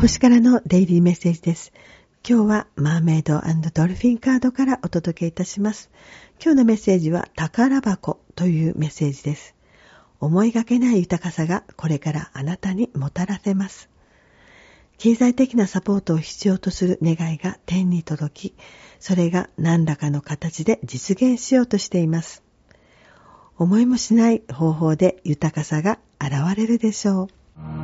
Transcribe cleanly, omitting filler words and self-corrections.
星からのデイリーメッセージです。今日はマーメイド&ドルフィンカードからお届けいたします。今日のメッセージは宝箱というメッセージです。思いがけない豊かさがこれからあなたにもたらせます。経済的なサポートを必要とする願いが天に届き、それが何らかの形で実現しようとしています。思いもしない方法で豊かさが現れるでしょう。